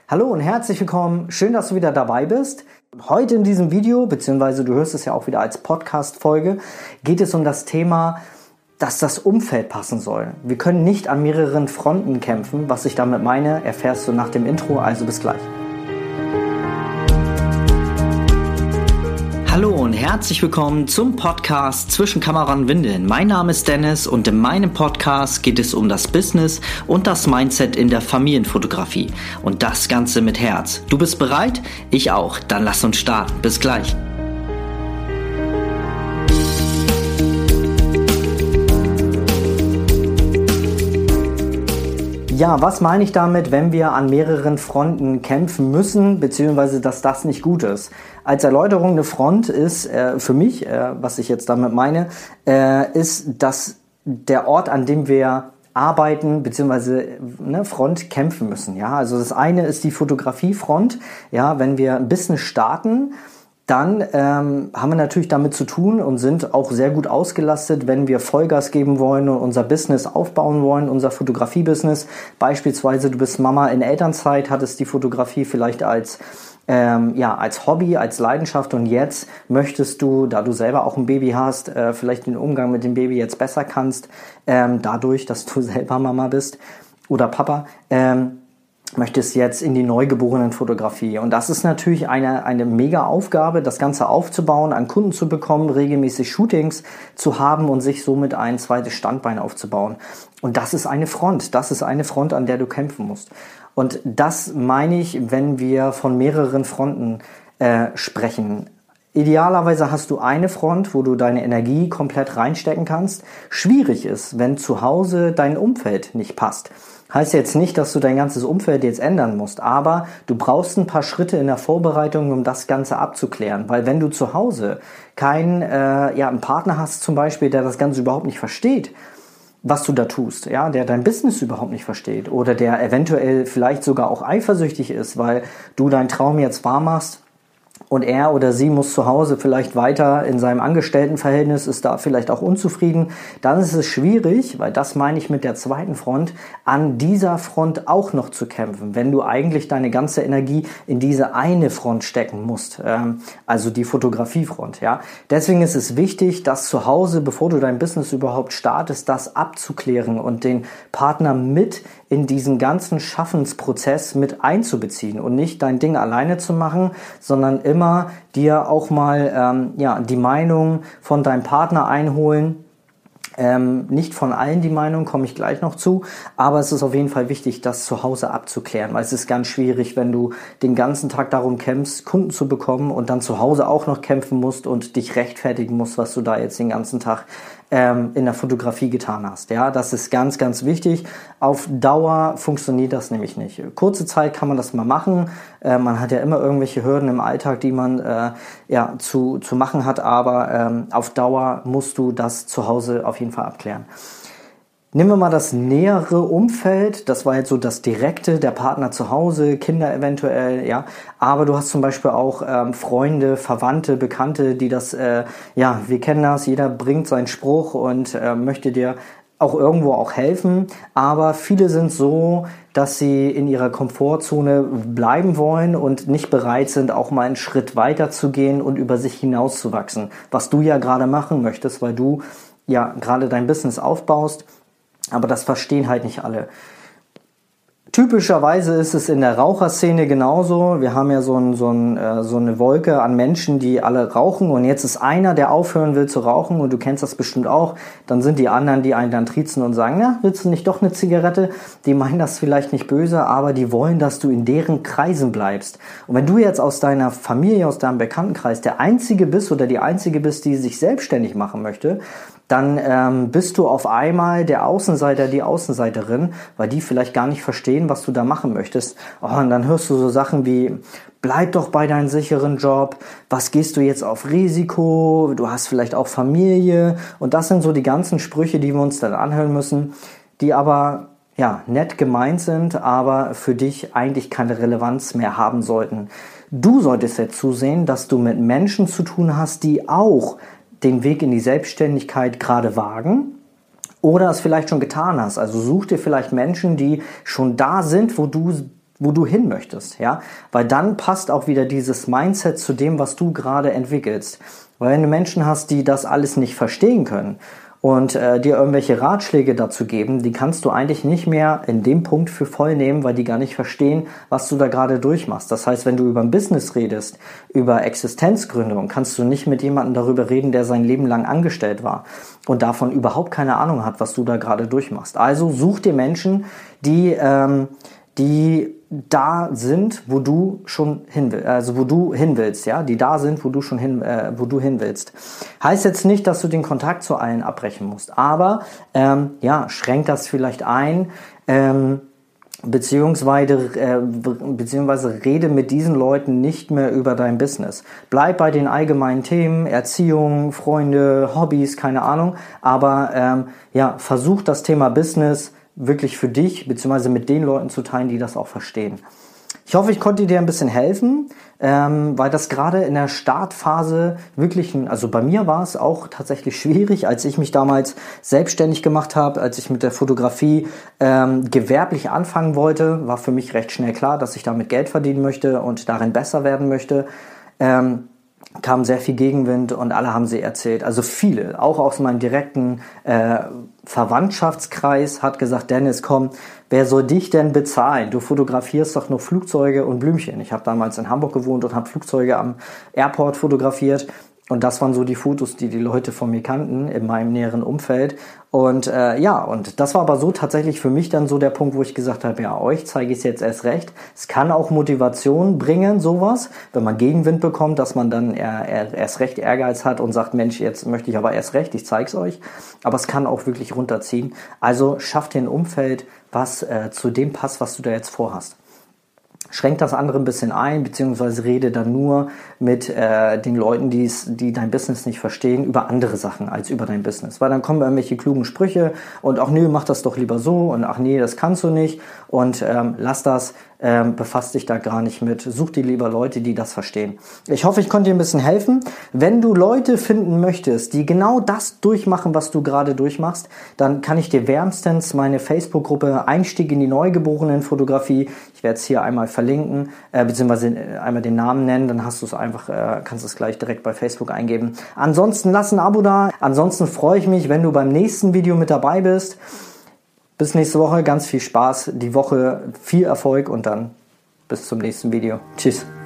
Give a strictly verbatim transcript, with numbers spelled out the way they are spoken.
Hallo und herzlich willkommen. Schön, dass du wieder dabei bist. Heute in diesem Video, beziehungsweise du hörst es ja auch wieder als Podcast-Folge, geht es um das Thema, dass das Umfeld passen soll. Wir können nicht an mehreren Fronten kämpfen. Was ich damit meine, erfährst du nach dem Intro, also bis gleich. Hallo und herzlich willkommen zum Podcast Zwischen Kamera und Windeln. Mein Name ist Dennis und in meinem Podcast geht es um das Business und das Mindset in der Familienfotografie. Und das Ganze mit Herz. Du bist bereit? Ich auch. Dann lass uns starten. Bis gleich. Ja, was meine ich damit, wenn wir an mehreren Fronten kämpfen müssen, beziehungsweise dass das nicht gut ist? Als Erläuterung, eine Front ist äh, für mich, äh, was ich jetzt damit meine, äh, ist, dass der Ort, an dem wir arbeiten, beziehungsweise ne, Front kämpfen müssen. Ja, also das eine ist die Fotografiefront. Ja, wenn wir ein Business starten, dann ähm, haben wir natürlich damit zu tun und sind auch sehr gut ausgelastet, wenn wir Vollgas geben wollen und unser Business aufbauen wollen, unser Fotografie-Business. Beispielsweise, du bist Mama in Elternzeit, hattest die Fotografie vielleicht als ähm, ja als Hobby, als Leidenschaft und jetzt möchtest du, da du selber auch ein Baby hast, äh, vielleicht den Umgang mit dem Baby jetzt besser kannst, ähm, dadurch, dass du selber Mama bist oder Papa, ähm, möchtest jetzt in die Neugeborenenfotografie. Und das ist natürlich eine, eine mega Aufgabe, das Ganze aufzubauen, an Kunden zu bekommen, regelmäßig Shootings zu haben und sich somit ein zweites Standbein aufzubauen. Und das ist eine Front. Das ist eine Front, an der du kämpfen musst. Und das meine ich, wenn wir von mehreren Fronten äh, sprechen. Idealerweise hast du eine Front, wo du deine Energie komplett reinstecken kannst. Schwierig ist, wenn zu Hause dein Umfeld nicht passt. Heißt jetzt nicht, dass du dein ganzes Umfeld jetzt ändern musst, aber du brauchst ein paar Schritte in der Vorbereitung, um das Ganze abzuklären. Weil wenn du zu Hause keinen, äh, ja, einen Partner hast zum Beispiel, der das Ganze überhaupt nicht versteht, was du da tust, ja, der dein Business überhaupt nicht versteht oder der eventuell vielleicht sogar auch eifersüchtig ist, weil du deinen Traum jetzt wahr machst, und er oder sie muss zu Hause vielleicht weiter in seinem Angestelltenverhältnis, ist da vielleicht auch unzufrieden, dann ist es schwierig, weil das meine ich mit der zweiten Front, an dieser Front auch noch zu kämpfen, wenn du eigentlich deine ganze Energie in diese eine Front stecken musst, ähm, also die Fotografiefront. Ja. Deswegen ist es wichtig, dass zu Hause, bevor du dein Business überhaupt startest, das abzuklären und den Partner mit in diesen ganzen Schaffensprozess mit einzubeziehen und nicht dein Ding alleine zu machen, sondern immer dir auch mal ähm, ja, die Meinung von deinem Partner einholen. Ähm, nicht von allen die Meinung, komme ich gleich noch zu, aber es ist auf jeden Fall wichtig, das zu Hause abzuklären, weil es ist ganz schwierig, wenn du den ganzen Tag darum kämpfst, Kunden zu bekommen und dann zu Hause auch noch kämpfen musst und dich rechtfertigen musst, was du da jetzt den ganzen Tag ähm, in der Fotografie getan hast. Ja, das ist ganz, ganz wichtig. Auf Dauer funktioniert das nämlich nicht. Kurze Zeit kann man das mal machen. Äh, man hat ja immer irgendwelche Hürden im Alltag, die man äh, ja zu zu machen hat, aber ähm, auf Dauer musst du das zu Hause auf jeden Fall abklären. Nehmen wir mal das nähere Umfeld, das war jetzt so das Direkte, der Partner zu Hause, Kinder eventuell, ja, aber du hast zum Beispiel auch ähm, Freunde, Verwandte, Bekannte, die das, äh, ja, wir kennen das, jeder bringt seinen Spruch und äh, möchte dir auch irgendwo auch helfen, aber viele sind so, dass sie in ihrer Komfortzone bleiben wollen und nicht bereit sind, auch mal einen Schritt weiter zu gehen und über sich hinauszuwachsen, was du ja gerade machen möchtest, weil du ja gerade dein Business aufbaust. Aber das verstehen halt nicht alle. Typischerweise ist es in der Raucherszene genauso. Wir haben ja so, ein, so, ein, äh, so eine Wolke an Menschen, die alle rauchen. Und jetzt ist einer, der aufhören will zu rauchen. Und du kennst das bestimmt auch. Dann sind die anderen, die einen dann triezen und sagen, na, willst du nicht doch eine Zigarette? Die meinen das vielleicht nicht böse, aber die wollen, dass du in deren Kreisen bleibst. Und wenn du jetzt aus deiner Familie, aus deinem Bekanntenkreis der Einzige bist oder die Einzige bist, die sich selbstständig machen möchte, dann ähm, bist du auf einmal der Außenseiter, die Außenseiterin, weil die vielleicht gar nicht verstehen, was du da machen möchtest. Oh, und dann hörst du so Sachen wie, bleib doch bei deinem sicheren Job, was gehst du jetzt auf Risiko, du hast vielleicht auch Familie. Und das sind so die ganzen Sprüche, die wir uns dann anhören müssen, die aber ja nett gemeint sind, aber für dich eigentlich keine Relevanz mehr haben sollten. Du solltest jetzt zusehen, dass du mit Menschen zu tun hast, die auch den Weg in die Selbstständigkeit gerade wagen oder es vielleicht schon getan hast. Also such dir vielleicht Menschen, die schon da sind, wo du wo du hin möchtest, ja, weil dann passt auch wieder dieses Mindset zu dem, was du gerade entwickelst. Weil wenn du Menschen hast, die das alles nicht verstehen können und äh, dir irgendwelche Ratschläge dazu geben, die kannst du eigentlich nicht mehr in dem Punkt für voll nehmen, weil die gar nicht verstehen, was du da gerade durchmachst. Das heißt, wenn du über ein Business redest, über Existenzgründung, kannst du nicht mit jemandem darüber reden, der sein Leben lang angestellt war und davon überhaupt keine Ahnung hat, was du da gerade durchmachst. Also such dir Menschen, die ähm, die da sind, wo du schon hin willst, also wo du hin willst, ja, die da sind, wo du schon hin, äh, wo du hin willst. Heißt jetzt nicht, dass du den Kontakt zu allen abbrechen musst, aber ähm, ja, schränk das vielleicht ein, ähm, beziehungsweise äh, beziehungsweise rede mit diesen Leuten nicht mehr über dein Business. Bleib bei den allgemeinen Themen, Erziehung, Freunde, Hobbys, keine Ahnung, aber ähm, ja, versuch das Thema Business wirklich für dich, beziehungsweise mit den Leuten zu teilen, die das auch verstehen. Ich hoffe, ich konnte dir ein bisschen helfen, ähm, weil das gerade in der Startphase wirklich, ein, also bei mir war es auch tatsächlich schwierig, als ich mich damals selbstständig gemacht habe, als ich mit der Fotografie ähm, gewerblich anfangen wollte, war für mich recht schnell klar, dass ich damit Geld verdienen möchte und darin besser werden möchte. Ähm, kam sehr viel Gegenwind und alle haben sie erzählt, also viele, auch aus meinem direkten äh, Verwandtschaftskreis hat gesagt, Dennis, komm, wer soll dich denn bezahlen? Du fotografierst doch nur Flugzeuge und Blümchen. Ich habe damals in Hamburg gewohnt und habe Flugzeuge am Airport fotografiert. Und das waren so die Fotos, die die Leute von mir kannten in meinem näheren Umfeld. Und äh, ja, und das war aber so tatsächlich für mich dann so der Punkt, wo ich gesagt habe, ja, euch zeige ich es jetzt erst recht. Es kann auch Motivation bringen, sowas, wenn man Gegenwind bekommt, dass man dann eher, erst recht Ehrgeiz hat und sagt, Mensch, jetzt möchte ich aber erst recht, ich zeige es euch. Aber es kann auch wirklich runterziehen. Also schaff dir ein Umfeld, was äh, zu dem passt, was du da jetzt vorhast. Schränk das andere ein bisschen ein, beziehungsweise rede dann nur mit äh, den Leuten, die's, die dein Business nicht verstehen, über andere Sachen als über dein Business. Weil dann kommen irgendwelche klugen Sprüche und ach nö, mach das doch lieber so und ach nee, das kannst du nicht und ähm, lass das, ähm, befasst dich da gar nicht mit. Such dir lieber Leute, die das verstehen. Ich hoffe, ich konnte dir ein bisschen helfen. Wenn du Leute finden möchtest, die genau das durchmachen, was du gerade durchmachst, dann kann ich dir wärmstens meine Facebook-Gruppe Einstieg in die Neugeborenen-Fotografie, ich werde es hier einmal verlinken, äh, beziehungsweise einmal den Namen nennen, dann hast du es einfach, äh, kannst es gleich direkt bei Facebook eingeben. Ansonsten lass ein Abo da. Ansonsten freue ich mich, wenn du beim nächsten Video mit dabei bist. Bis nächste Woche, ganz viel Spaß, die Woche viel Erfolg und dann bis zum nächsten Video. Tschüss.